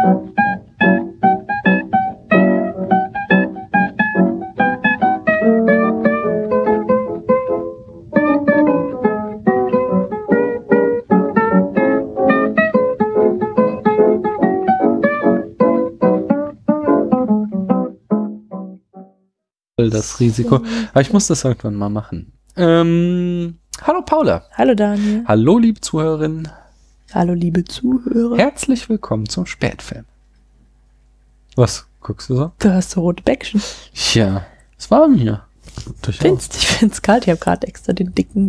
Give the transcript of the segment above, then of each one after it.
Das Risiko. Aber ich muss das irgendwann mal machen. Hallo Paula. Hallo Daniel. Hallo liebe Zuhörerinnen. Hallo liebe Zuhörer. Herzlich willkommen zum Spätfilm. Was guckst du so? Du hast so rote Bäckchen. Ja, es war mir. Ich find's kalt. Ich habe gerade extra den dicken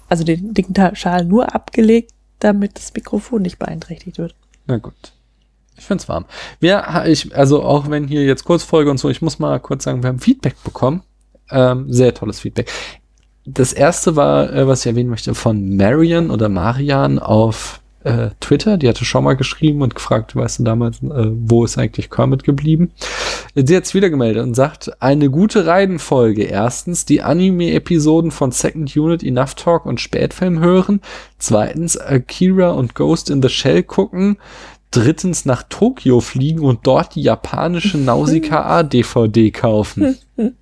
Schal nur abgelegt, damit das Mikrofon nicht beeinträchtigt wird. Na gut. Ich find's warm. Also auch wenn hier jetzt Kurzfolge und so, ich muss mal kurz sagen, wir haben Feedback bekommen. Sehr tolles Feedback. Das erste war, was ich erwähnen möchte, von Marian auf Twitter. Die hatte schon mal geschrieben und gefragt, weißt du damals, wo ist eigentlich Kermit geblieben? Sie hat es wieder gemeldet und sagt, eine gute Reihenfolge. Erstens, die Anime-Episoden von Second Unit Enough Talk und Spätfilm hören. Zweitens, Akira und Ghost in the Shell gucken. Drittens, nach Tokio fliegen und dort die japanische Nausicaa-DVD kaufen.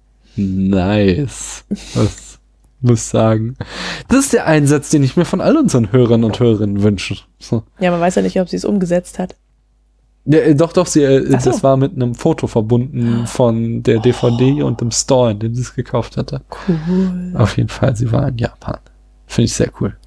Nice. Was muss sagen. Das ist der Einsatz, den ich mir von all unseren Hörern und Hörerinnen wünsche. So. Ja, man weiß ja nicht, ob sie es umgesetzt hat. Ja, doch, das war mit einem Foto verbunden von der DVD und dem Store, in dem sie es gekauft hatte. Cool. Auf jeden Fall, sie war in Japan. Finde ich sehr cool.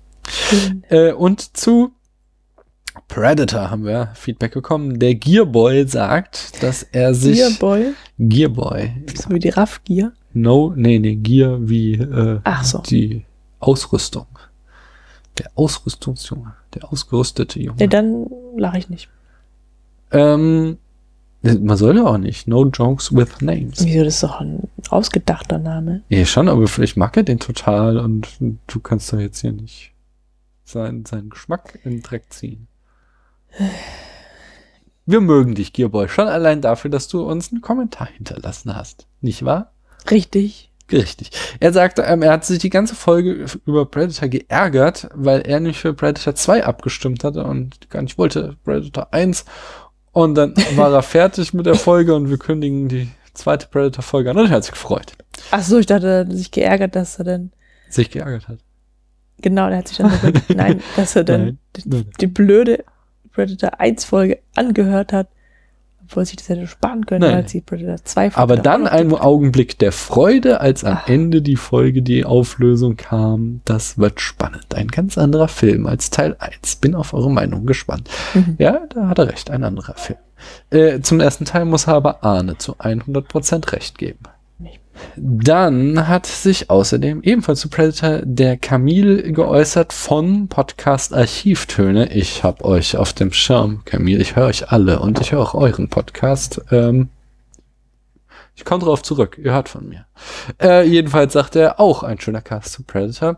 Und zu Predator haben wir Feedback bekommen. Der Gearboy sagt, dass er sich... Gearboy. So wie die Raff-Gear? Gear wie die Ausrüstung. Der Ausrüstungsjunge. Der ausgerüstete Junge. Nee, dann lache ich nicht. Man soll ja auch nicht. No jokes with names. Wieso, das ist doch ein ausgedachter Name. Ja, schon, aber vielleicht mag er den total und du kannst doch jetzt hier nicht seinen Geschmack in den Dreck ziehen. Wir mögen dich, Gearboy, schon allein dafür, dass du uns einen Kommentar hinterlassen hast. Nicht wahr? Richtig. Richtig. Er sagte, er hat sich die ganze Folge über Predator geärgert, weil er nicht für Predator 2 abgestimmt hatte und gar nicht wollte Predator 1. Und dann war er fertig mit der Folge und wir kündigen die zweite Predator-Folge an und er hat sich gefreut. Ach so, ich dachte, er hat sich geärgert, dass er dann... Sich geärgert hat. Genau, der hat sich dann dass er dann die blöde Predator 1 Folge angehört hat, obwohl sich das hätte sparen können, weil sie Predator 2 Folge. Aber dann ein Augenblick der Freude, als am Ende die Folge die Auflösung kam. Das wird spannend. Ein ganz anderer Film als Teil 1. Bin auf eure Meinung gespannt. Ja, da hat er recht. Ein anderer Film. Zum ersten Teil muss er aber Arne zu 100% recht geben. Dann hat sich außerdem ebenfalls zu Predator der Camille geäußert von Podcast Archivtöne. Ich hab euch auf dem Schirm, Camille, ich höre euch alle und ich höre auch euren Podcast. Ich komme drauf zurück, ihr hört von mir. Jedenfalls sagt er auch ein schöner Cast zu Predator.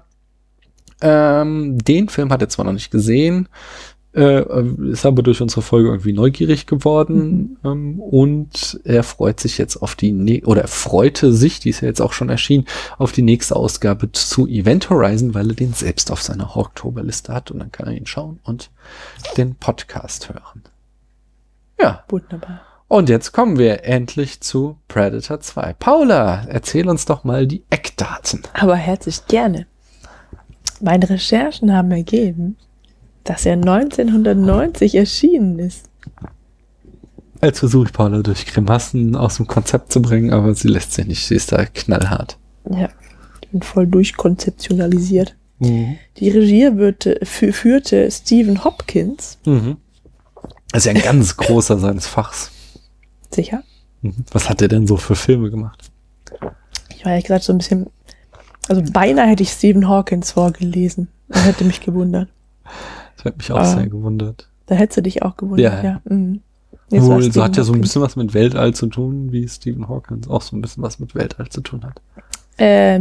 Den Film hat er zwar noch nicht gesehen, ist aber durch unsere Folge irgendwie neugierig geworden und er freut sich jetzt auf er freute sich, die ist ja jetzt auch schon erschienen, auf die nächste Ausgabe zu Event Horizon, weil er den selbst auf seiner Oktoberliste hat und dann kann er ihn schauen und den Podcast hören. Ja. Wunderbar. Und jetzt kommen wir endlich zu Predator 2. Paula, erzähl uns doch mal die Eckdaten. Aber herzlich gerne. Meine Recherchen haben ergeben, dass er 1990 erschienen ist. Als versuche ich Paula durch Grimassen aus dem Konzept zu bringen, aber sie lässt sich nicht. Sie ist da knallhart. Ja, ich bin voll durchkonzeptionalisiert. Die Regie führte Stephen Hopkins. Das ist ja ein ganz großer seines Fachs. Sicher? Was hat er denn so für Filme gemacht? Ich war ja gerade so ein bisschen... Also beinahe hätte ich Stephen Hawkins vorgelesen. Das hätte mich gewundert. Das hat mich auch sehr gewundert. Da hättest du dich auch gewundert, ja. So hat ja so ein bisschen was mit Weltall zu tun, wie Stephen Hawkins auch so ein bisschen was mit Weltall zu tun hat. Ja,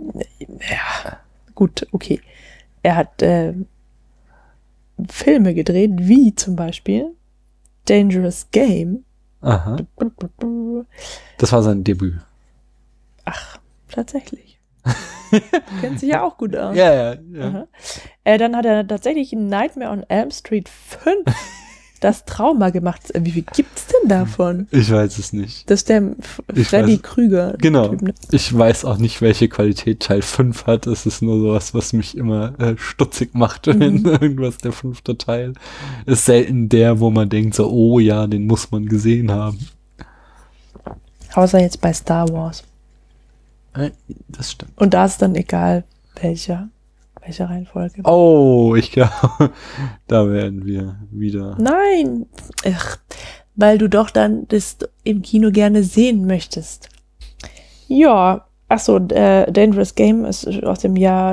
gut, okay. Er hat Filme gedreht, wie zum Beispiel Dangerous Game. Aha. Das war sein Debüt. Ach, tatsächlich. Kennt sich ja auch gut aus. Ja. Dann hat er tatsächlich Nightmare on Elm Street 5 das Trauma gemacht. Wie viel gibt's denn davon? Ich weiß es nicht. Das ist der Freddy Krüger. Genau. Typ, ne? Ich weiß auch nicht, welche Qualität Teil 5 hat. Es ist nur sowas, was mich immer stutzig macht, wenn irgendwas der 5. Teil ist. Selten der, wo man denkt so, oh ja, den muss man gesehen haben. Außer jetzt bei Star Wars. Das stimmt. Und da ist dann egal, welche Reihenfolge. Oh, ich glaube, da werden wir wieder. Nein! Weil du doch dann das im Kino gerne sehen möchtest. Ja, achso, Dangerous Game ist aus dem Jahr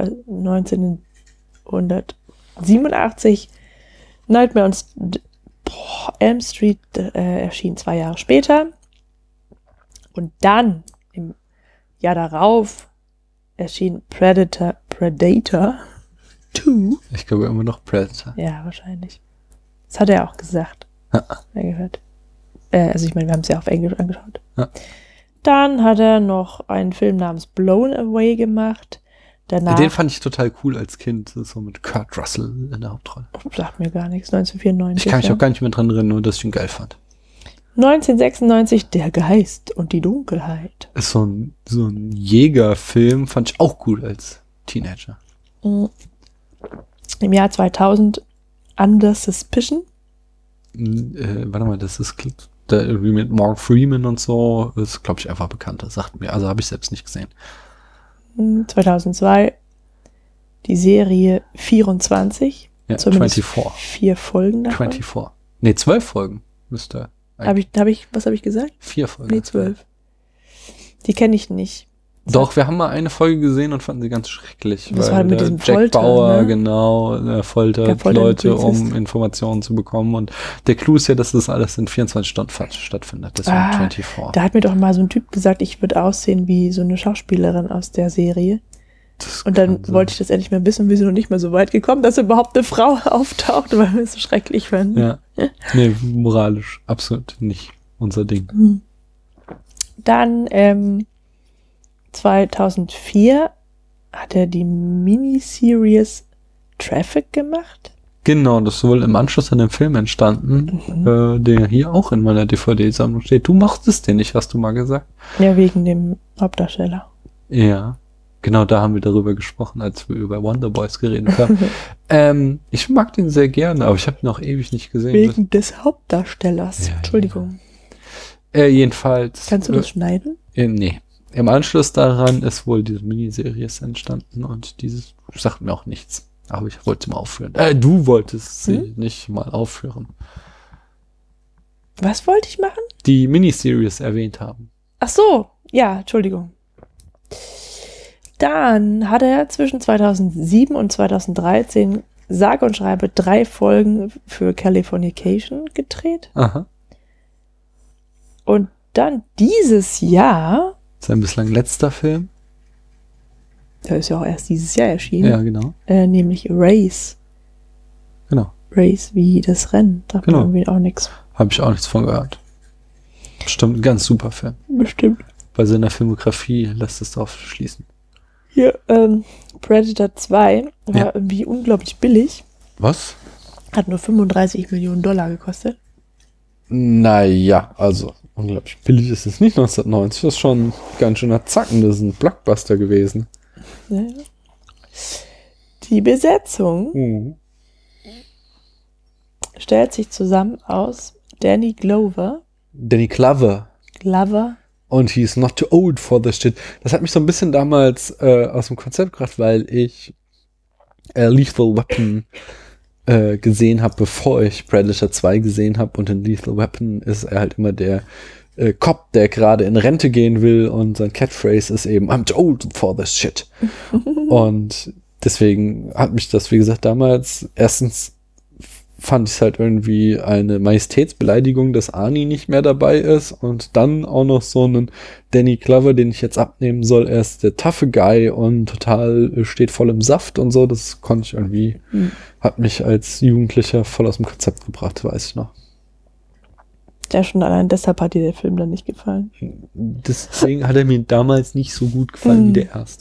1987. Nightmare on Elm Street erschien 2 Jahre später. Und dann, im Jahr darauf, erschien Predator 2. Ich glaube immer noch Predator. Ja, wahrscheinlich. Das hat er auch gesagt. Ja. Gehört. Also ich meine, wir haben es ja auf Englisch angeschaut. Ja. Dann hat er noch einen Film namens Blown Away gemacht. Danach, Den fand ich total cool als Kind. Das ist so mit Kurt Russell in der Hauptrolle. Sagt mir gar nichts. 1994. Ich kann mich auch gar nicht mehr dran erinnern, nur dass ich ihn geil fand. 1996 Der Geist und die Dunkelheit. Ist so ein Jägerfilm, fand ich auch cool als Teenager. Im Jahr 2000 Under Suspicion. Warte mal, das ist da irgendwie mit Mark Freeman und so. Das ist, glaube ich, einfach bekannter, sagt mir. Also habe ich selbst nicht gesehen. 2002 die Serie 24. Ja, Zumindest 24. 4 Folgen davon. 24. Nee, 12 Folgen müsste. Was habe ich gesagt? 4 Folgen. Nee, 12. Die kenne ich nicht. Doch, wir haben mal eine Folge gesehen und fanden sie ganz schrecklich. Das weil war mit diesem Jack Folter, Bauer, ne? genau, foltert Leute, um Informationen zu bekommen. Und der Clou ist ja, dass das alles in 24 Stunden stattfindet. Deswegen 24. Da hat mir doch mal so ein Typ gesagt, ich würde aussehen wie so eine Schauspielerin aus der Serie. Und dann wollte ich das endlich mal wissen, wir sind noch nicht mal so weit gekommen, dass überhaupt eine Frau auftaucht, weil wir es so schrecklich fanden. Ja. Nee, moralisch absolut nicht unser Ding. Dann 2004 hat er die Miniseries Traffic gemacht. Genau, das ist wohl im Anschluss an den Film entstanden, der hier auch in meiner DVD-Sammlung steht. Du mochtest den nicht, hast du mal gesagt. Ja, wegen dem Hauptdarsteller. Ja. Genau, da haben wir darüber gesprochen, als wir über Wonder Boys geredet haben. Ich mag den sehr gerne, aber ich habe ihn auch ewig nicht gesehen. Wegen des Hauptdarstellers. Ja, Entschuldigung. Ja. Jedenfalls. Kannst du das schneiden? Nee. Im Anschluss daran ist wohl diese Miniserie entstanden und dieses sagt mir auch nichts. Aber ich wollte sie mal aufführen. Du wolltest sie nicht mal aufführen. Was wollte ich machen? Die Miniseries erwähnt haben. Ach so, ja, Entschuldigung. Dann hat er zwischen 2007 und 2013 sage und schreibe 3 Folgen für Californication gedreht. Aha. Und dann dieses Jahr... Sein bislang letzter Film. Der ist ja auch erst dieses Jahr erschienen. Ja, genau. Nämlich Race. Genau. Race wie das Rennen. Da genau. irgendwie auch nichts. Habe ich auch nichts von gehört. Bestimmt ein ganz super Film. Bestimmt. Bei seiner Filmografie lässt es darauf schließen. Hier, Predator 2 war irgendwie unglaublich billig. Was? Hat nur $35 Millionen gekostet. Naja, also unglaublich billig ist es nicht 1990. Das ist schon ganz schöner Zacken. Das ist ein Blockbuster gewesen. Ja. Die Besetzung stellt sich zusammen aus Danny Glover. Und he's not too old for this shit. Das hat mich so ein bisschen damals aus dem Konzept gebracht, weil ich Lethal Weapon gesehen habe, bevor ich Predator 2 gesehen habe. Und in Lethal Weapon ist er halt immer der Cop, der gerade in Rente gehen will und sein Catchphrase ist eben I'm too old for this shit. Und deswegen hat mich das, wie gesagt, damals erstens fand ich es halt irgendwie eine Majestätsbeleidigung, dass Arnie nicht mehr dabei ist und dann auch noch so einen Danny Glover, den ich jetzt abnehmen soll. Er ist der taffe Guy und total steht voll im Saft und so. Das konnte ich irgendwie, hat mich als Jugendlicher voll aus dem Konzept gebracht, weiß ich noch. Ja, schon allein deshalb hat dir der Film dann nicht gefallen. Deswegen hat er mir damals nicht so gut gefallen wie der erste.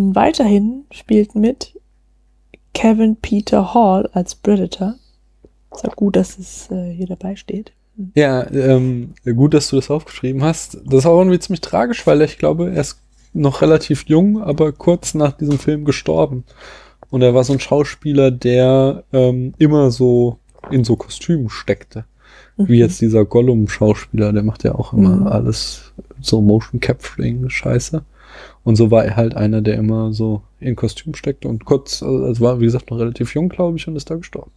Weiterhin spielt mit Kevin Peter Hall als Predator. Ist auch gut, dass es hier dabei steht. Ja, gut, dass du das aufgeschrieben hast. Das ist auch irgendwie ziemlich tragisch, weil ich glaube, er ist noch relativ jung, aber kurz nach diesem Film gestorben. Und er war so ein Schauspieler, der immer so in so Kostümen steckte. Wie jetzt dieser Gollum-Schauspieler, der macht ja auch immer alles so Motion Capturing Scheiße. Und so war er halt einer, der immer so in Kostüm steckte und kurz, also war wie gesagt noch relativ jung, glaube ich, und ist da gestorben.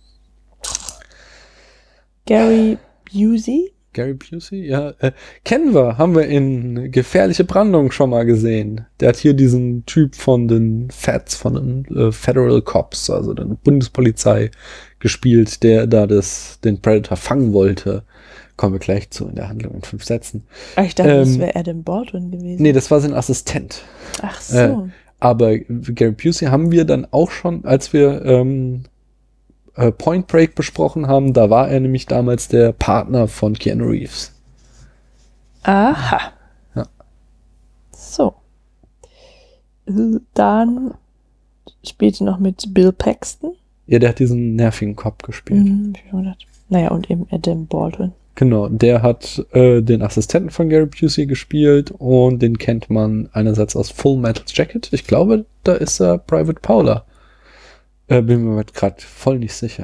Gary Busey? Gary Busey, ja. Kennen wir, haben wir in Gefährliche Brandung schon mal gesehen. Der hat hier diesen Typ von den Feds, von den Federal Cops, also den Bundespolizei, gespielt, der da den Predator fangen wollte. Kommen wir gleich zu in der Handlung in 5 Sätzen. Ich dachte, das wäre Adam Baldwin gewesen. Nee, das war sein Assistent. Ach so. Aber Gary Busey haben wir dann auch schon, als wir Point Break besprochen haben, da war er nämlich damals der Partner von Keanu Reeves. Aha. Ja. So. Dann spielte noch mit Bill Paxton. Ja, der hat diesen nervigen Cop gespielt. Naja, und eben Adam Baldwin. Genau, der hat den Assistenten von Gary Busey gespielt und den kennt man einerseits aus Full Metal Jacket. Ich glaube, da ist er Private Paula. Bin mir gerade voll nicht sicher.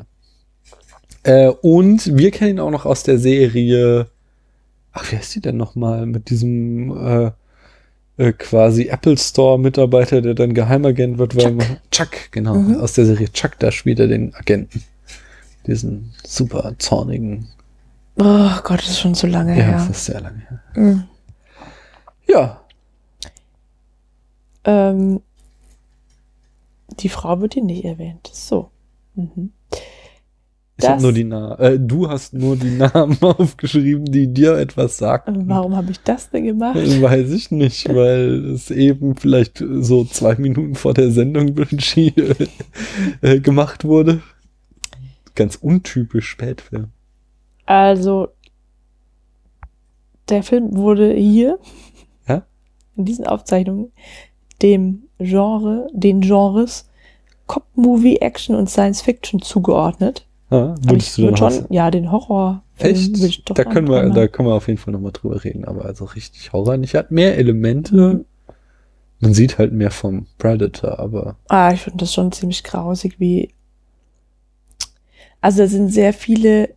Und wir kennen ihn auch noch aus der Serie, wie heißt die denn nochmal? Mit diesem quasi Apple Store Mitarbeiter, der dann Geheimagent wird. Chuck, genau. Aus der Serie Chuck, da spielt er den Agenten. Diesen super zornigen. Oh Gott, das ist schon so lange her. Ja, das ist sehr lange her. Ja. Die Frau wird hier nicht erwähnt. So. Ich habe nur die Namen. Du hast nur die Namen aufgeschrieben, die dir etwas sagten. Warum habe ich das denn gemacht? Weiß ich nicht, weil es eben vielleicht so 2 Minuten vor der Sendung gemacht wurde. Ganz untypisch Spätfilm. Also, der Film wurde hier, in diesen Aufzeichnungen, den Genres Cop-Movie, Action und Science-Fiction zugeordnet. Würdest du schon, den Horror. Echt? Da können wir auf jeden Fall nochmal drüber reden, aber also richtig Horror nicht. Hat mehr Elemente. Man sieht halt mehr vom Predator, aber. Ich finde das schon ziemlich grausig, also da sind sehr viele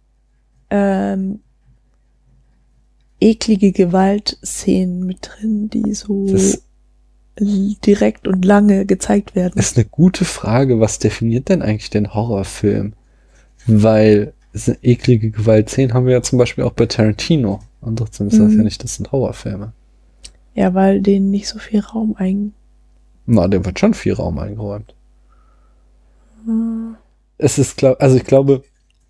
eklige Gewaltszenen mit drin, die so direkt und lange gezeigt werden. Das ist eine gute Frage. Was definiert denn eigentlich den Horrorfilm? Weil eklige Gewaltszenen haben wir ja zum Beispiel auch bei Tarantino. Und trotzdem ist das ja nicht, das sind Horrorfilme. Ja, weil denen nicht so viel Raum dem wird schon viel Raum eingeräumt. Es ist klar, also ich glaube,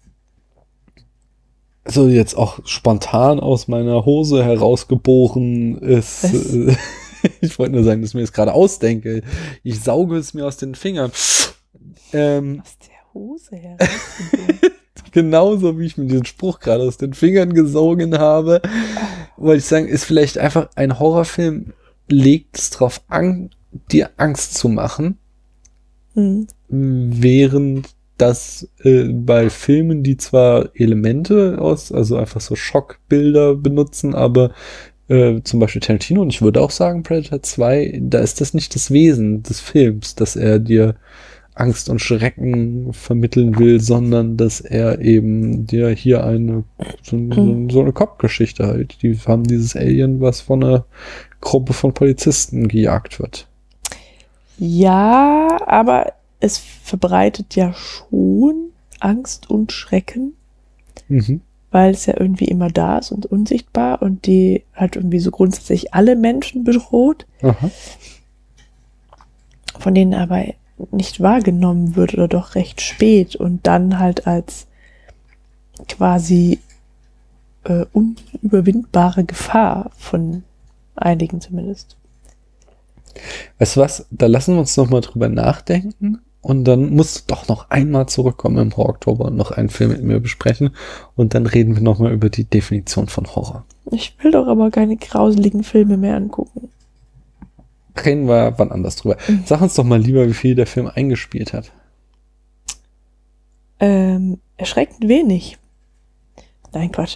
so jetzt auch spontan aus meiner Hose herausgeboren ist. Ich wollte nur sagen, dass ich mir das gerade ausdenke. Ich sauge es mir aus den Fingern. Aus der Hose herausgeboren? Genauso wie ich mir diesen Spruch gerade aus den Fingern gesogen habe. Wollte ich sagen, ist vielleicht einfach ein Horrorfilm, legt es drauf an, dir Angst zu machen. Während das bei Filmen, die zwar Elemente also einfach so Schockbilder benutzen, aber zum Beispiel Tarantino, und ich würde auch sagen Predator 2, da ist das nicht das Wesen des Films, dass er dir Angst und Schrecken vermitteln will, sondern dass er eben dir hier so eine Kopfgeschichte halt. Die haben dieses Alien, was von einer Gruppe von Polizisten gejagt wird. Ja, aber es verbreitet ja schon Angst und Schrecken, weil es ja irgendwie immer da ist und unsichtbar und die halt irgendwie so grundsätzlich alle Menschen bedroht, von denen aber nicht wahrgenommen wird oder doch recht spät und dann halt als quasi unüberwindbare Gefahr von einigen zumindest. Weißt du was? Da lassen wir uns noch mal drüber nachdenken und dann musst du doch noch einmal zurückkommen im Horror-Oktober und noch einen Film mit mir besprechen und dann reden wir noch mal über die Definition von Horror. Ich will doch aber keine grauseligen Filme mehr angucken. Reden wir wann anders drüber. Sag uns doch mal lieber, wie viel der Film eingespielt hat. erschreckend wenig. Nein, Quatsch.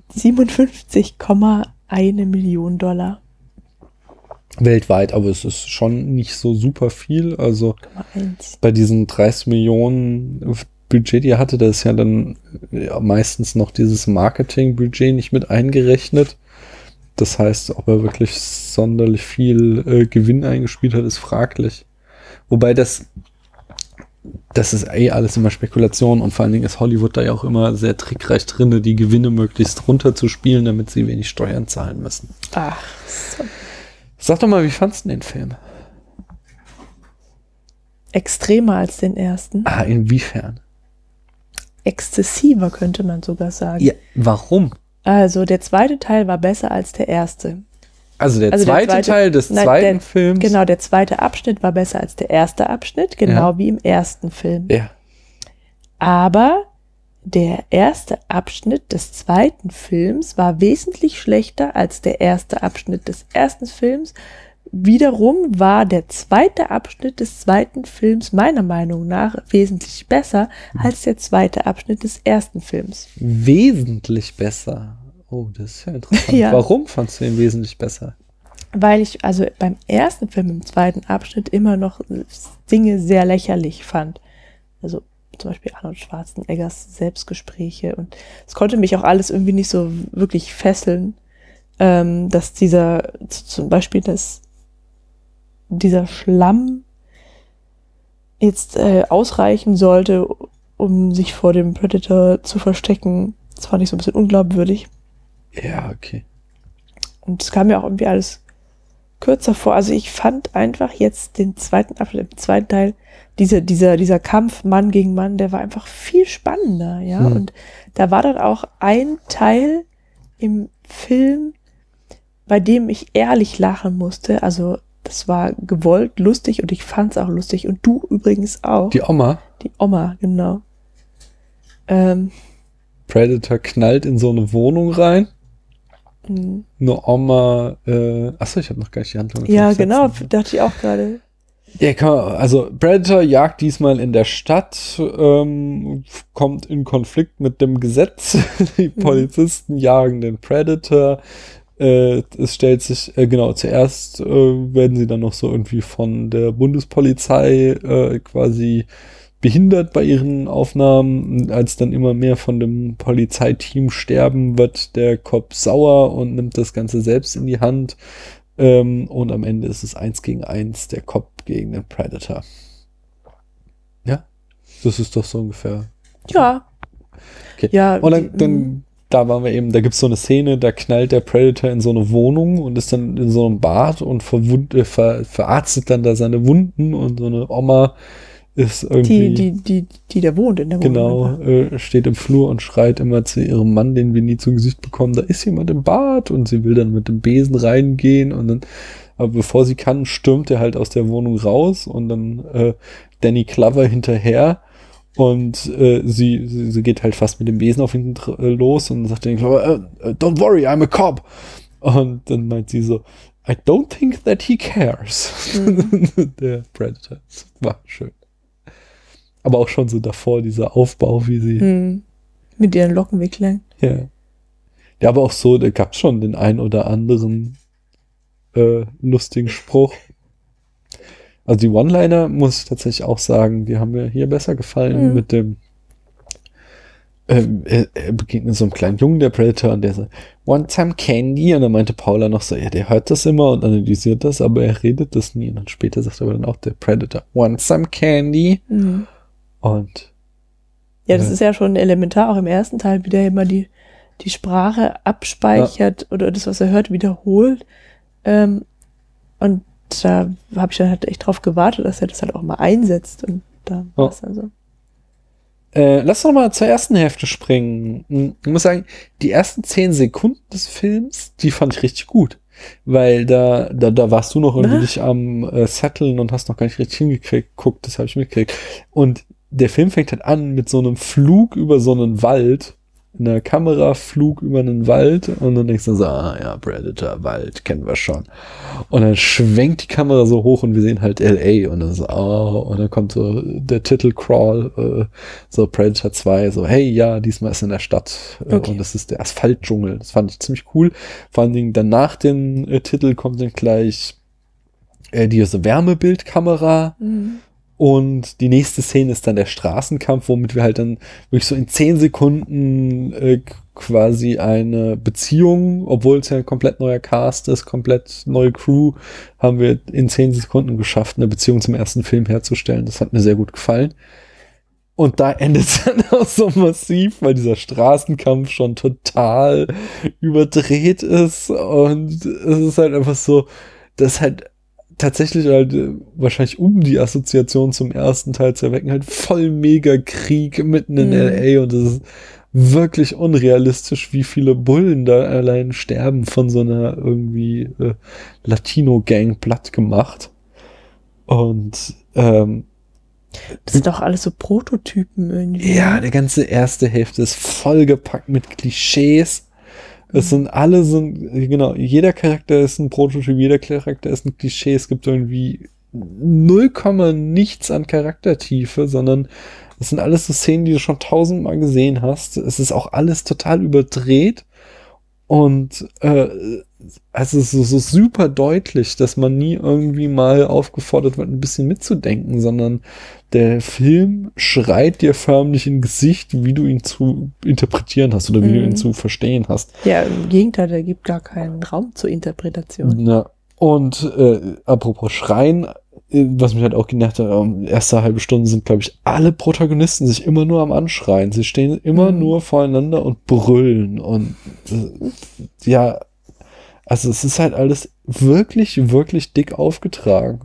57,1 Millionen $. Weltweit, aber es ist schon nicht so super viel. Also 1. bei diesen 30 Millionen Budget, die er hatte, da ist ja dann meistens noch dieses Marketing-Budget nicht mit eingerechnet. Das heißt, ob er wirklich sonderlich viel Gewinn eingespielt hat, ist fraglich. Wobei das ist alles immer Spekulation und vor allen Dingen ist Hollywood da ja auch immer sehr trickreich drin, die Gewinne möglichst runterzuspielen, damit sie wenig Steuern zahlen müssen. Ach so. Sag doch mal, wie fandst du den Film? Extremer als den ersten. Inwiefern? Exzessiver, könnte man sogar sagen. Ja, warum? Also, der zweite Teil war besser als der erste. Also der zweite Teil des zweiten Films? Genau, der zweite Abschnitt war besser als der erste Abschnitt, genau wie im ersten Film. Ja. Aber der erste Abschnitt des zweiten Films war wesentlich schlechter als der erste Abschnitt des ersten Films. Wiederum war der zweite Abschnitt des zweiten Films meiner Meinung nach wesentlich besser als der zweite Abschnitt des ersten Films. Wesentlich besser? Oh, das ist ja interessant. Ja. Warum fandst du ihn wesentlich besser? Weil ich also beim ersten Film im zweiten Abschnitt immer noch Dinge sehr lächerlich fand. Also zum Beispiel Arnold Schwarzeneggers Selbstgespräche und es konnte mich auch alles irgendwie nicht so wirklich fesseln, dass zum Beispiel dieser Schlamm jetzt ausreichen sollte, um sich vor dem Predator zu verstecken. Das fand ich so ein bisschen unglaubwürdig. Ja, okay. Und es kam mir auch irgendwie alles kürzer vor. Also ich fand einfach jetzt den zweiten Abschnitt, im zweiten Teil, dieser Kampf Mann gegen Mann, der war einfach viel spannender, ja. Und da war dann auch ein Teil im Film, bei dem ich ehrlich lachen musste. Also das war gewollt lustig und ich fand es auch lustig. Und du übrigens auch. Die Oma? Die Oma, genau. Predator knallt in so eine Wohnung rein. Eine Oma, achso, ich habe noch gar nicht die Handlung. Ja, genau, dachte ich auch gerade. Ja, also Predator jagt diesmal in der Stadt, kommt in Konflikt mit dem Gesetz. Die Polizisten jagen den Predator. Es stellt sich, zuerst werden sie dann noch so irgendwie von der Bundespolizei quasi behindert bei ihren Aufnahmen. Als dann immer mehr von dem Polizeiteam sterben, wird der Cop sauer und nimmt das Ganze selbst in die Hand. Und am Ende ist es 1-gegen-1, der Cop gegen den Predator. Ja, das ist doch so ungefähr. Ja. Okay. Ja. Und dann da waren wir eben, da gibt es so eine Szene, da knallt der Predator in so eine Wohnung und ist dann in so einem Bad und verarztet dann da seine Wunden und so eine Oma ist irgendwie... Die da wohnt in der Wohnung. Genau, steht im Flur und schreit immer zu ihrem Mann, den wir nie zu Gesicht bekommen, da ist jemand im Bad und sie will dann mit dem Besen reingehen und dann, aber bevor sie kann, stürmt er halt aus der Wohnung raus und dann Danny Glover hinterher und sie geht halt fast mit dem Besen auf ihn los und sagt Danny Glover, don't worry, I'm a cop. Und dann meint sie so, I don't think that he cares. Der Predator. Das war schön. Aber auch schon so davor, dieser Aufbau, wie sie... Mit ihren Lockenwicklern. Ja. Ja, aber auch so, da gab es schon den ein oder anderen lustigen Spruch. Also die One-Liner, muss ich tatsächlich auch sagen, die haben mir hier besser gefallen mit dem er begegnet so einem kleinen Jungen, der Predator, und der so, want some candy? Und dann meinte Paula noch so, ja, der hört das immer und analysiert das, aber er redet das nie. Und dann später sagt aber dann auch der Predator, want some candy? Und ja, das ist ja schon elementar, auch im ersten Teil, wie der immer die Sprache abspeichert oder das, was er hört, wiederholt. Und da habe ich dann halt echt drauf gewartet, dass er das halt auch mal einsetzt. Und da war es dann so. Lass doch mal zur ersten Hälfte springen. Ich muss sagen, die ersten 10 Sekunden des Films, die fand ich richtig gut. Weil da warst du noch irgendwie dich am Setteln und hast noch gar nicht richtig hingeguckt. Das habe ich mitgekriegt. Und der Film fängt halt an mit so einem Flug über so einen Wald einer Kameraflug über einen Wald und dann denkst du so, ah ja, Predator, Wald, kennen wir schon. Und dann schwenkt die Kamera so hoch und wir sehen halt L.A. und dann so, oh, und dann kommt so der Titelcrawl, so Predator 2, so, hey, ja, diesmal ist in der Stadt und das ist der Asphaltdschungel. Das fand ich ziemlich cool. Vor allen Dingen dann nach dem Titel kommt dann gleich diese Wärmebildkamera. Und die nächste Szene ist dann der Straßenkampf, womit wir halt dann wirklich so in 10 Sekunden quasi eine Beziehung, obwohl es ja ein komplett neuer Cast ist, komplett neue Crew, haben wir in 10 Sekunden geschafft, eine Beziehung zum ersten Film herzustellen. Das hat mir sehr gut gefallen. Und da endet es dann auch so massiv, weil dieser Straßenkampf schon total überdreht ist. Und es ist halt einfach so, dass halt tatsächlich halt wahrscheinlich um die Assoziation zum ersten Teil zu erwecken, halt voll mega Krieg mitten in L.A. und es ist wirklich unrealistisch, wie viele Bullen da allein sterben von so einer irgendwie Latino-Gang platt gemacht. Und das sind doch alles so Prototypen irgendwie. Ja, die ganze erste Hälfte ist vollgepackt mit Klischees. Es sind alle genau, jeder Charakter ist ein Prototyp, jeder Charakter ist ein Klischee. Es gibt irgendwie 0, nichts an Charaktertiefe, sondern es sind alles so Szenen, die du schon 1000-mal gesehen hast. Es ist auch alles total überdreht und also es ist so super deutlich, dass man nie irgendwie mal aufgefordert wird, ein bisschen mitzudenken, sondern der Film schreit dir förmlich in Gesicht, wie du ihn zu interpretieren hast oder wie du ihn zu verstehen hast. Ja, im Gegenteil, der gibt gar keinen Raum zur Interpretation. Ja, und apropos Schreien, was mich halt auch genervt hat, erste halbe Stunde sind, glaube ich, alle Protagonisten sich immer nur am Anschreien. Sie stehen immer nur voreinander und brüllen und ja, also es ist halt alles wirklich, wirklich dick aufgetragen.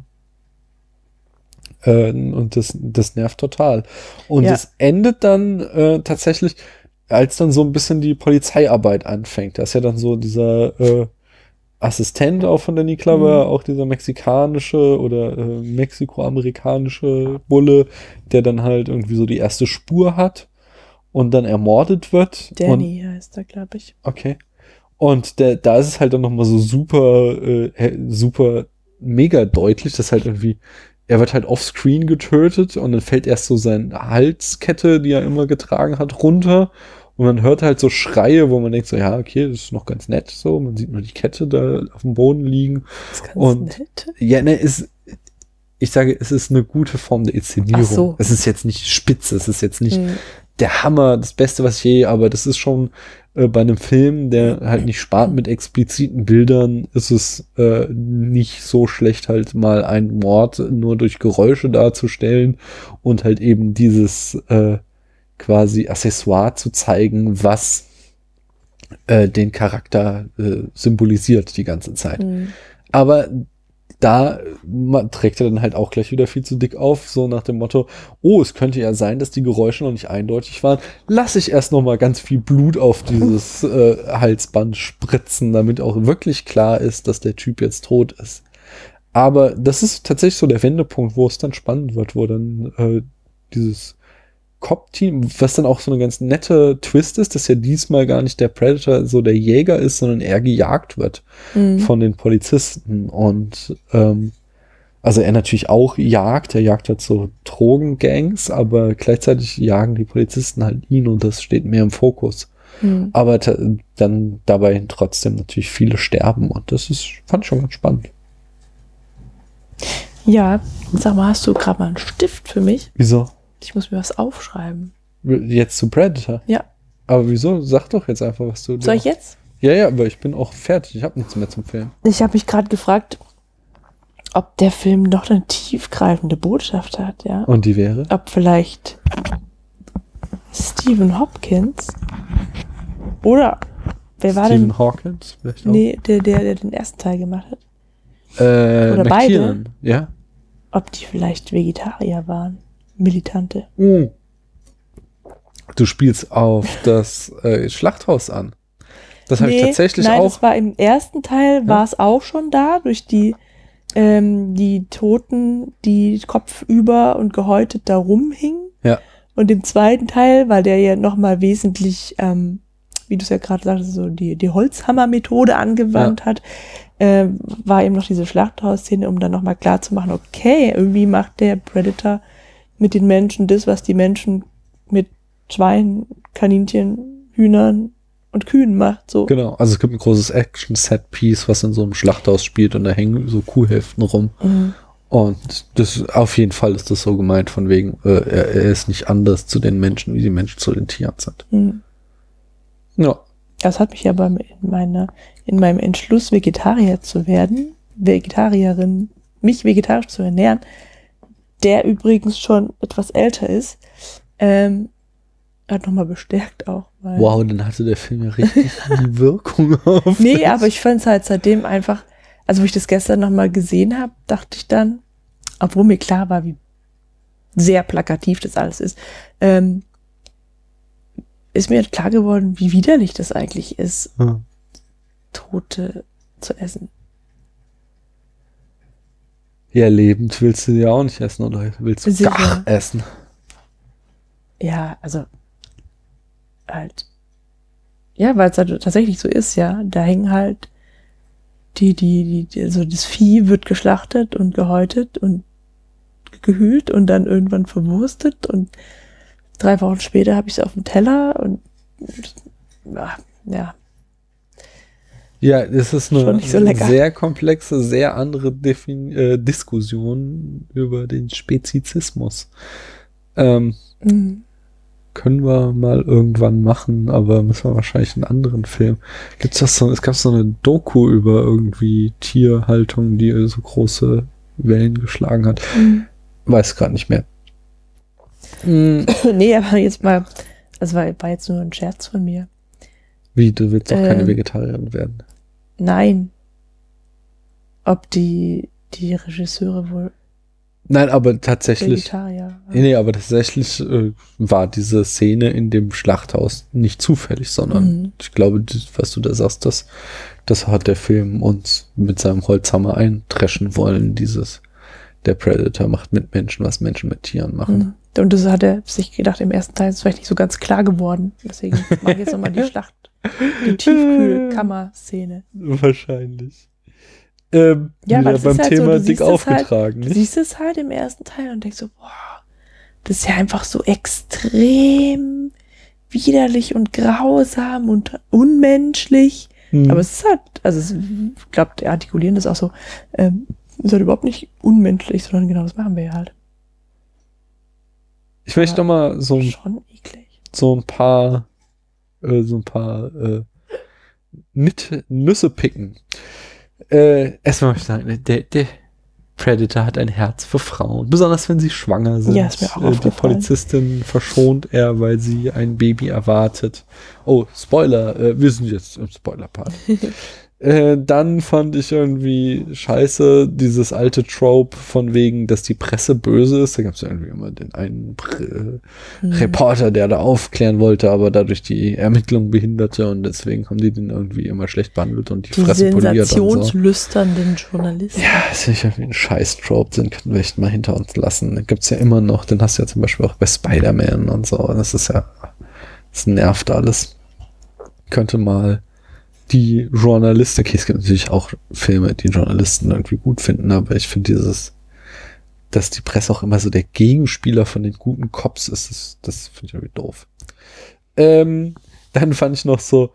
Und das nervt total. Und es endet dann tatsächlich, als dann so ein bisschen die Polizeiarbeit anfängt. Da ist ja dann so dieser Assistent auch von Danny Glover, auch dieser mexikanische oder mexikoamerikanische Bulle, der dann halt irgendwie so die erste Spur hat und dann ermordet wird. Danny heißt er, glaube ich. Okay. Und da ist es halt dann nochmal so super mega deutlich, dass halt irgendwie er wird halt offscreen getötet und dann fällt erst so seine Halskette, die er immer getragen hat, runter. Und man hört halt so Schreie, wo man denkt so, ja, okay, das ist noch ganz nett so. Man sieht nur die Kette da auf dem Boden liegen. Das ist ganz nett. Ja, ne, ich sage, es ist eine gute Form der Inszenierung. Ach so. Es ist jetzt nicht spitze, es ist jetzt nicht der Hammer, das Beste, was je, aber das ist schon bei einem Film, der halt nicht spart mit expliziten Bildern, ist es nicht so schlecht, halt mal einen Mord nur durch Geräusche darzustellen und halt eben dieses quasi Accessoire zu zeigen, was den Charakter symbolisiert die ganze Zeit. Aber da trägt er dann halt auch gleich wieder viel zu dick auf, so nach dem Motto, oh, es könnte ja sein, dass die Geräusche noch nicht eindeutig waren. Lass ich erst noch mal ganz viel Blut auf dieses Halsband spritzen, damit auch wirklich klar ist, dass der Typ jetzt tot ist. Aber das ist tatsächlich so der Wendepunkt, wo es dann spannend wird, wo dann dieses Cop-Team, was dann auch so eine ganz nette Twist ist, dass ja diesmal gar nicht der Predator so der Jäger ist, sondern er gejagt wird von den Polizisten. Und also er natürlich auch jagt, er jagt halt so Drogengangs, aber gleichzeitig jagen die Polizisten halt ihn und das steht mehr im Fokus. Aber dann dabei trotzdem natürlich viele sterben und das fand ich schon ganz spannend. Ja, sag mal, hast du gerade mal einen Stift für mich? Wieso? Ich muss mir was aufschreiben. Jetzt zu Predator? Ja. Aber wieso? Sag doch jetzt einfach, was du... Soll ich jetzt? Ja, aber ich bin auch fertig. Ich habe nichts mehr zum Film. Ich habe mich gerade gefragt, ob der Film noch eine tiefgreifende Botschaft hat, ja. Und die wäre? Ob vielleicht Stephen Hopkins oder wer war denn? Stephen Hawkins vielleicht auch? Nee, der den ersten Teil gemacht hat. Oder beide. Ja. Ob die vielleicht Vegetarier waren. Militante. Du spielst auf das Schlachthaus an. Das habe ich tatsächlich auch. Das war im ersten Teil, war es auch schon da, durch die Toten, die kopfüber und gehäutet da rumhingen. Ja. Und im zweiten Teil, weil der ja nochmal wesentlich, wie du es ja gerade sagtest, so die Holzhammer-Methode angewandt hat, war eben noch diese Schlachthaus-Szene, um dann nochmal klar zu machen, okay, irgendwie macht der Predator mit den Menschen das, was die Menschen mit Schweinen, Kaninchen, Hühnern und Kühen macht. So. Genau, also es gibt ein großes Action-Set-Piece, was in so einem Schlachthaus spielt und da hängen so Kuhhälften rum. Mhm. Und das auf jeden Fall ist das so gemeint, von wegen, er ist nicht anders zu den Menschen, wie die Menschen zu den Tieren sind. Mhm. Ja. Das hat mich aber in meinem Entschluss, Vegetarier zu werden, mich vegetarisch zu ernähren, der übrigens schon etwas älter ist, hat nochmal bestärkt auch. Wow, dann hatte der Film ja richtig die Wirkung auf Nee, aber ich fand es halt seitdem einfach, also wo ich das gestern nochmal gesehen habe, dachte ich dann, obwohl mir klar war, wie sehr plakativ das alles ist, ist mir klar geworden, wie widerlich das eigentlich ist, Tote zu essen. Ja, lebend willst du ja auch nicht essen, oder willst du gar essen? Ja, also halt, ja, weil es halt tatsächlich so ist, ja, da hängen halt also das Vieh wird geschlachtet und gehäutet und gehüllt und dann irgendwann verwurstet und 3 Wochen später habe ich es auf dem Teller und ja. Ja, es ist eine so sehr komplexe, sehr andere Diskussion über den Spezizismus. Können wir mal irgendwann machen, aber müssen wir wahrscheinlich einen anderen Film. Es gab so eine Doku über irgendwie Tierhaltung, die so große Wellen geschlagen hat. Weiß gerade nicht mehr. Nee, aber jetzt mal, das war jetzt nur ein Scherz von mir. Wie, du willst doch keine Vegetarierin werden? Nein. Ob die Regisseure wohl. Nein, aber tatsächlich. Vegetarier. Nee, aber tatsächlich war diese Szene in dem Schlachthaus nicht zufällig, sondern ich glaube, was du da sagst, das hat der Film uns mit seinem Holzhammer eintreschen wollen, der Predator macht mit Menschen, was Menschen mit Tieren machen. Und das hat er sich gedacht, im ersten Teil ist es vielleicht nicht so ganz klar geworden. Deswegen mache ich jetzt nochmal die Tiefkühlkammer-Szene. Wahrscheinlich. Ja, aber das beim ist halt Thema so, dick aufgetragen. Du siehst es halt im ersten Teil und denkst so, boah, das ist ja einfach so extrem widerlich und grausam und unmenschlich. Aber es ist halt, also ich glaube, die artikulieren das auch so, ist halt überhaupt nicht unmenschlich, sondern genau das machen wir ja halt. Ich möchte noch mal so ein paar Nüsse picken. Erstmal möchte ich sagen, der Predator hat ein Herz für Frauen, besonders wenn sie schwanger sind. Ja, ist mir auch die Polizistin verschont er, weil sie ein Baby erwartet. Oh, Spoiler, wir sind jetzt im Spoiler-Part. Dann fand ich irgendwie scheiße dieses alte Trope von wegen, dass die Presse böse ist. Da gab es ja irgendwie immer den einen Reporter, der da aufklären wollte, aber dadurch die Ermittlung behinderte und deswegen haben die den irgendwie immer schlecht behandelt und die Fresse poliert und so. Sensationslüsternden Journalisten. Ja, ist nicht irgendwie ein scheiß Trope, den können wir echt mal hinter uns lassen. Den gibt's ja immer noch, den hast du ja zum Beispiel auch bei Spider-Man und so. Das nervt alles. Könnte mal die Journalisten, okay, es gibt natürlich auch Filme, die Journalisten irgendwie gut finden, aber ich finde dass die Presse auch immer so der Gegenspieler von den guten Cops ist, das finde ich irgendwie doof. Dann fand ich noch so,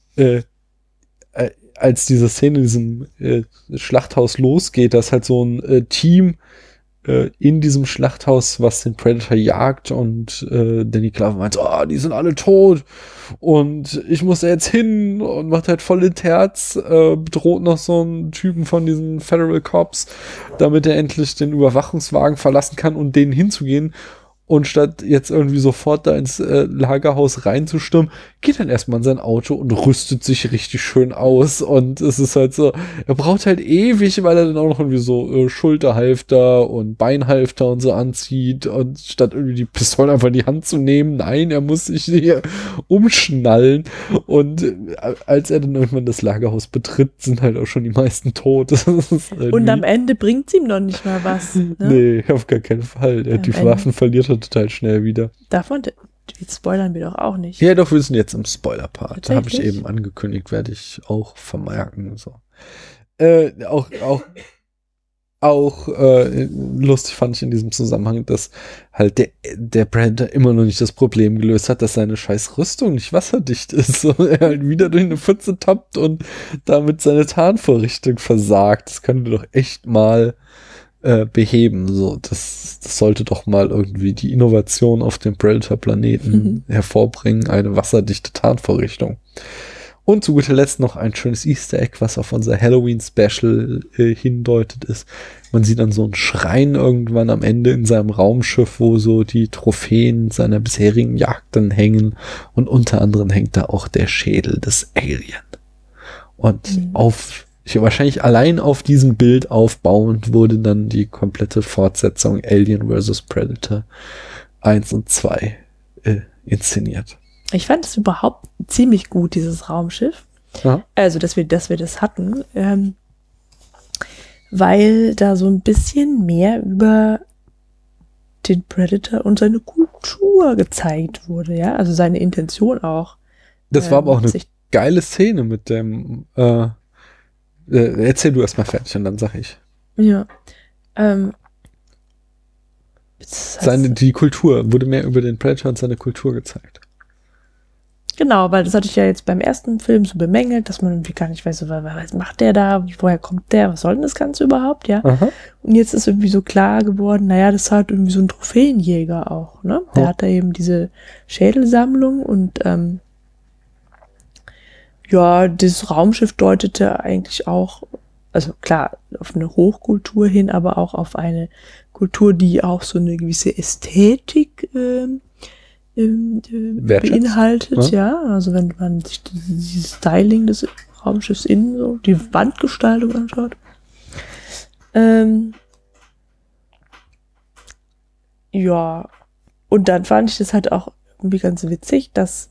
als diese Szene in diesem Schlachthaus losgeht, dass halt so ein Team in diesem Schlachthaus, was den Predator jagt und Danny Glover meint, oh, die sind alle tot und ich muss da jetzt hin und macht halt voll ins Herz, bedroht noch so einen Typen von diesen Federal Cops, damit er endlich den Überwachungswagen verlassen kann und denen hinzugehen. Und statt jetzt irgendwie sofort da ins Lagerhaus reinzustürmen, geht dann erstmal in sein Auto und rüstet sich richtig schön aus. Und es ist halt so, er braucht halt ewig, weil er dann auch noch irgendwie so Schulterhalfter und Beinhalfter und so anzieht. Und statt irgendwie die Pistole einfach in die Hand zu nehmen, nein, er muss sich hier umschnallen. Und als er dann irgendwann das Lagerhaus betritt, sind halt auch schon die meisten tot. Und am Ende bringt es ihm noch nicht mal was. Ne? Nee, auf gar keinen Fall. Die Waffen verliert er schon total schnell wieder. Davon spoilern wir doch auch nicht. Ja, doch, wir sind jetzt im Spoiler-Part. Da habe ich eben angekündigt, werde ich auch vermerken. So. Auch lustig fand ich in diesem Zusammenhang, dass halt der Predator immer noch nicht das Problem gelöst hat, dass seine scheiß Rüstung nicht wasserdicht ist. Und er halt wieder durch eine Pfütze tappt und damit seine Tarnvorrichtung versagt. Das könnte doch echt mal beheben. So, das sollte doch mal irgendwie die Innovation auf dem Predator-Planeten hervorbringen, eine wasserdichte Tarnvorrichtung. Und zu guter Letzt noch ein schönes Easter Egg, was auf unser Halloween-Special hindeutet ist. Man sieht dann so einen Schrein irgendwann am Ende in seinem Raumschiff, wo so die Trophäen seiner bisherigen Jagden hängen. Und unter anderem hängt da auch der Schädel des Alien. Und wahrscheinlich allein auf diesem Bild aufbauend wurde dann die komplette Fortsetzung Alien vs. Predator 1 und 2 inszeniert. Ich fand es überhaupt ziemlich gut, dieses Raumschiff. Ja. Also, dass wir das hatten, weil da so ein bisschen mehr über den Predator und seine Kultur gezeigt wurde, ja, also seine Intention auch. Das war aber auch eine geile Szene mit dem erzähl du erst mal fertig und dann sag ich. Ja. Die Kultur, wurde mehr über den Predator und seine Kultur gezeigt. Genau, weil das hatte ich ja jetzt beim ersten Film so bemängelt, dass man irgendwie gar nicht weiß, was macht der da, woher kommt der, was soll denn das Ganze überhaupt, ja? Aha. Und jetzt ist irgendwie so klar geworden, naja, das ist halt irgendwie so ein Trophäenjäger auch, ne? Der hat da eben diese Schädelsammlung und das Raumschiff deutete eigentlich auch, also klar, auf eine Hochkultur hin, aber auch auf eine Kultur, die auch so eine gewisse Ästhetik beinhaltet, ja. Also wenn man sich dieses Styling des Raumschiffs innen, so die Wandgestaltung anschaut. Und dann fand ich das halt auch irgendwie ganz witzig, dass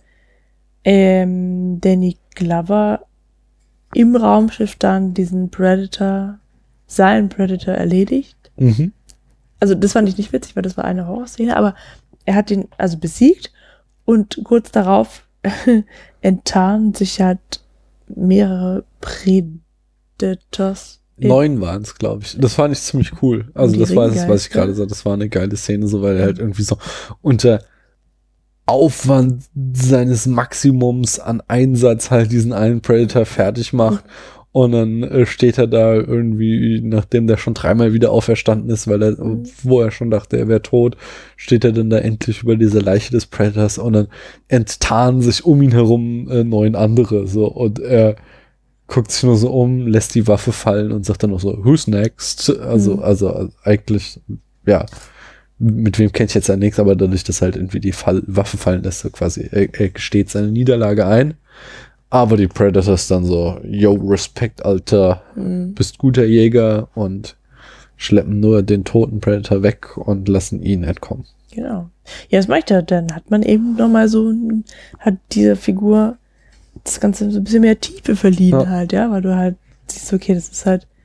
Danny Glover im Raumschiff dann seinen Predator erledigt. Mhm. Also das fand ich nicht witzig, weil das war eine Horrorszene, aber er hat ihn also besiegt und kurz darauf enttarnen sich halt mehrere Predators. 9 waren es, glaube ich. Das fand ich ziemlich cool. Also das war es, was ich gerade sagte. Das war eine geile Szene, so weil er halt irgendwie so unter Aufwand seines Maximums an Einsatz halt diesen einen Predator fertig macht. Und dann steht er da irgendwie, nachdem der schon 3-mal wieder auferstanden ist, weil er, wo er schon dachte, er wäre tot, steht er dann da endlich über diese Leiche des Predators und dann enttarnen sich um ihn herum 9 andere, so, und er guckt sich nur so um, lässt die Waffe fallen und sagt dann noch so, who's next? Also eigentlich, ja, mit wem kennt ich jetzt ja nichts, aber dadurch, dass halt irgendwie die Waffe fallen lässt, so quasi, er gesteht seine Niederlage ein. Aber die Predators dann so, yo, Respekt, Alter, bist guter Jäger, und schleppen nur den toten Predator weg und lassen ihn entkommen. Genau. Ja, das mache ich da. Dann hat man eben nochmal hat dieser Figur das Ganze so ein bisschen mehr Tiefe verliehen halt, ja, weil du halt siehst, okay, das ist halt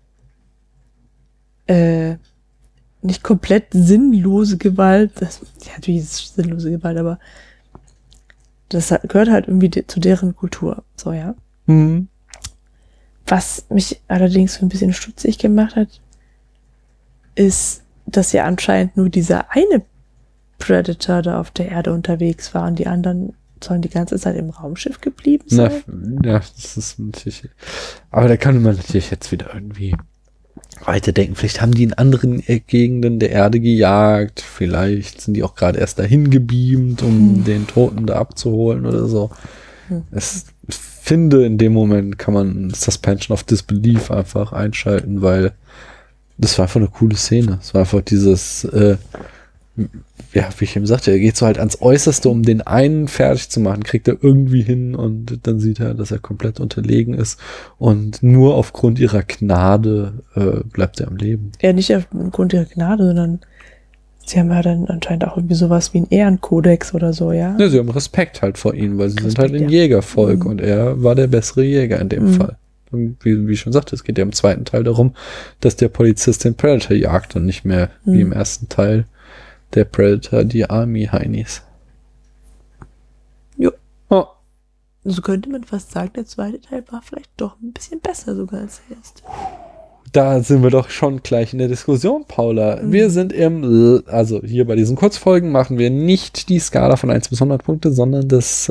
nicht komplett sinnlose Gewalt. Natürlich ist es sinnlose Gewalt, aber das gehört halt irgendwie zu deren Kultur. So, ja. Mhm. Was mich allerdings ein bisschen stutzig gemacht hat, ist, dass ja anscheinend nur dieser eine Predator da auf der Erde unterwegs war und die anderen sollen die ganze Zeit im Raumschiff geblieben sein. Ja, das ist natürlich. Aber da kann man natürlich jetzt wieder irgendwie weiterdenken. Vielleicht haben die in anderen Gegenden der Erde gejagt. Vielleicht sind die auch gerade erst dahin gebeamt, um den Toten da abzuholen oder so. Ich finde, in dem Moment kann man Suspension of Disbelief einfach einschalten, weil das war einfach eine coole Szene. Es war einfach dieses, ja, wie ich eben sagte, er geht so halt ans Äußerste, um den einen fertig zu machen, kriegt er irgendwie hin, und dann sieht er, dass er komplett unterlegen ist, und nur aufgrund ihrer Gnade bleibt er am Leben. Ja, nicht aufgrund ihrer Gnade, sondern sie haben ja dann anscheinend auch irgendwie sowas wie einen Ehrenkodex oder so, ja? Ja, sie haben Respekt halt vor ihnen, weil sie sind halt ein Jägervolk, und er war der bessere Jäger in dem Fall. Und wie ich schon sagte, es geht ja im zweiten Teil darum, dass der Polizist den Predator jagt und nicht mehr wie im ersten Teil der Predator, die Army-Heinis. Jo. Oh. So könnte man fast sagen, der zweite Teil war vielleicht doch ein bisschen besser sogar als der erste. Da sind wir doch schon gleich in der Diskussion, Paula. Wir sind also hier bei diesen Kurzfolgen machen wir nicht die Skala von 1 bis 100 Punkte, sondern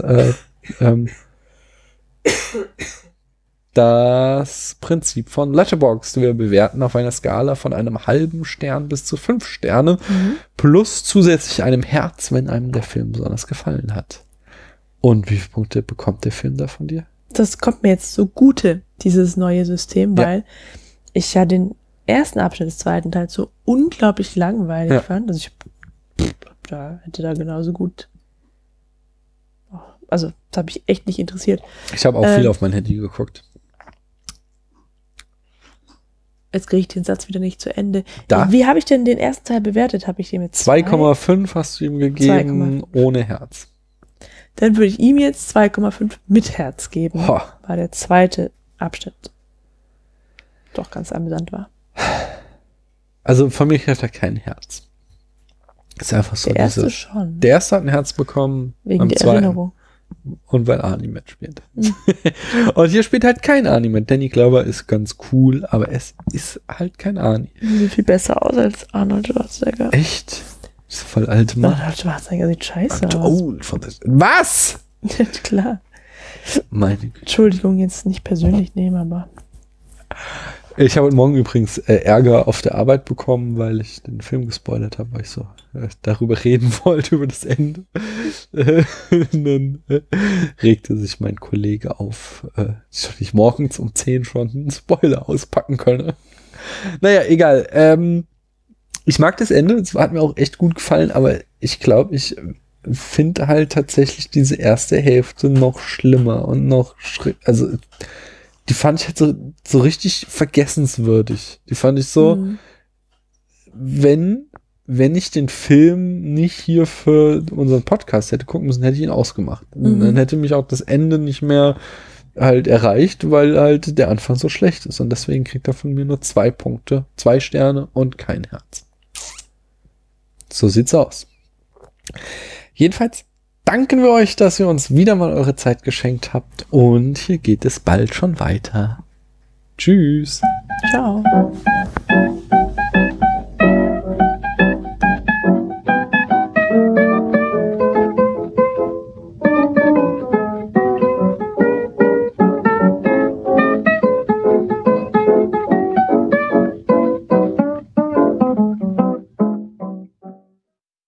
das Prinzip von Letterboxd. Wir bewerten auf einer Skala von einem halben Stern bis zu 5 Sterne plus zusätzlich einem Herz, wenn einem der Film besonders gefallen hat. Und wie viele Punkte bekommt der Film da von dir? Das kommt mir jetzt zugute, dieses neue System, weil ich ja den ersten Abschnitt des zweiten Teils so unglaublich langweilig fand. Also ich hätte da genauso gut. Also, das habe ich echt nicht interessiert. Ich habe auch viel auf mein Handy geguckt. Jetzt kriege ich den Satz wieder nicht zu Ende. Da? Wie habe ich denn den ersten Teil bewertet? Habe ich dem jetzt 2,5 hast du ihm gegeben, ohne Herz. Dann würde ich ihm jetzt 2,5 mit Herz geben, weil der zweite Abschnitt doch ganz amüsant war. Also von mir kriegt er kein Herz. Ist einfach so. Der erste schon. Der erste hat ein Herz bekommen. Wegen der Erinnerung. Und weil Arnie mitspielt. Und hier spielt halt kein Arnie mit. Danny Glover ist ganz cool, aber es ist halt kein Arnie. Sieht viel besser aus als Arnold Schwarzenegger. Echt? Ist voll alte Mann. Arnold Schwarzenegger sieht scheiße aus. Old for this. Was? Klar. Meine Güte. Entschuldigung, jetzt nicht persönlich nehmen, aber... Ich habe heute Morgen übrigens Ärger auf der Arbeit bekommen, weil ich den Film gespoilert habe, weil ich so darüber reden wollte, über das Ende. Und dann regte sich mein Kollege auf, dass ich morgens um 10 schon einen Spoiler auspacken könne. Naja, egal. Ich mag das Ende, es hat mir auch echt gut gefallen, aber ich glaube, ich finde halt tatsächlich diese erste Hälfte noch schlimmer und noch also die fand ich halt so richtig vergessenswürdig. Die fand ich so, wenn ich den Film nicht hier für unseren Podcast hätte gucken müssen, hätte ich ihn ausgemacht. Dann hätte mich auch das Ende nicht mehr halt erreicht, weil halt der Anfang so schlecht ist. Und deswegen kriegt er von mir nur 2 Punkte, 2 Sterne und kein Herz. So sieht's aus. Jedenfalls danken wir euch, dass ihr uns wieder mal eure Zeit geschenkt habt. Und hier geht es bald schon weiter. Tschüss. Ciao.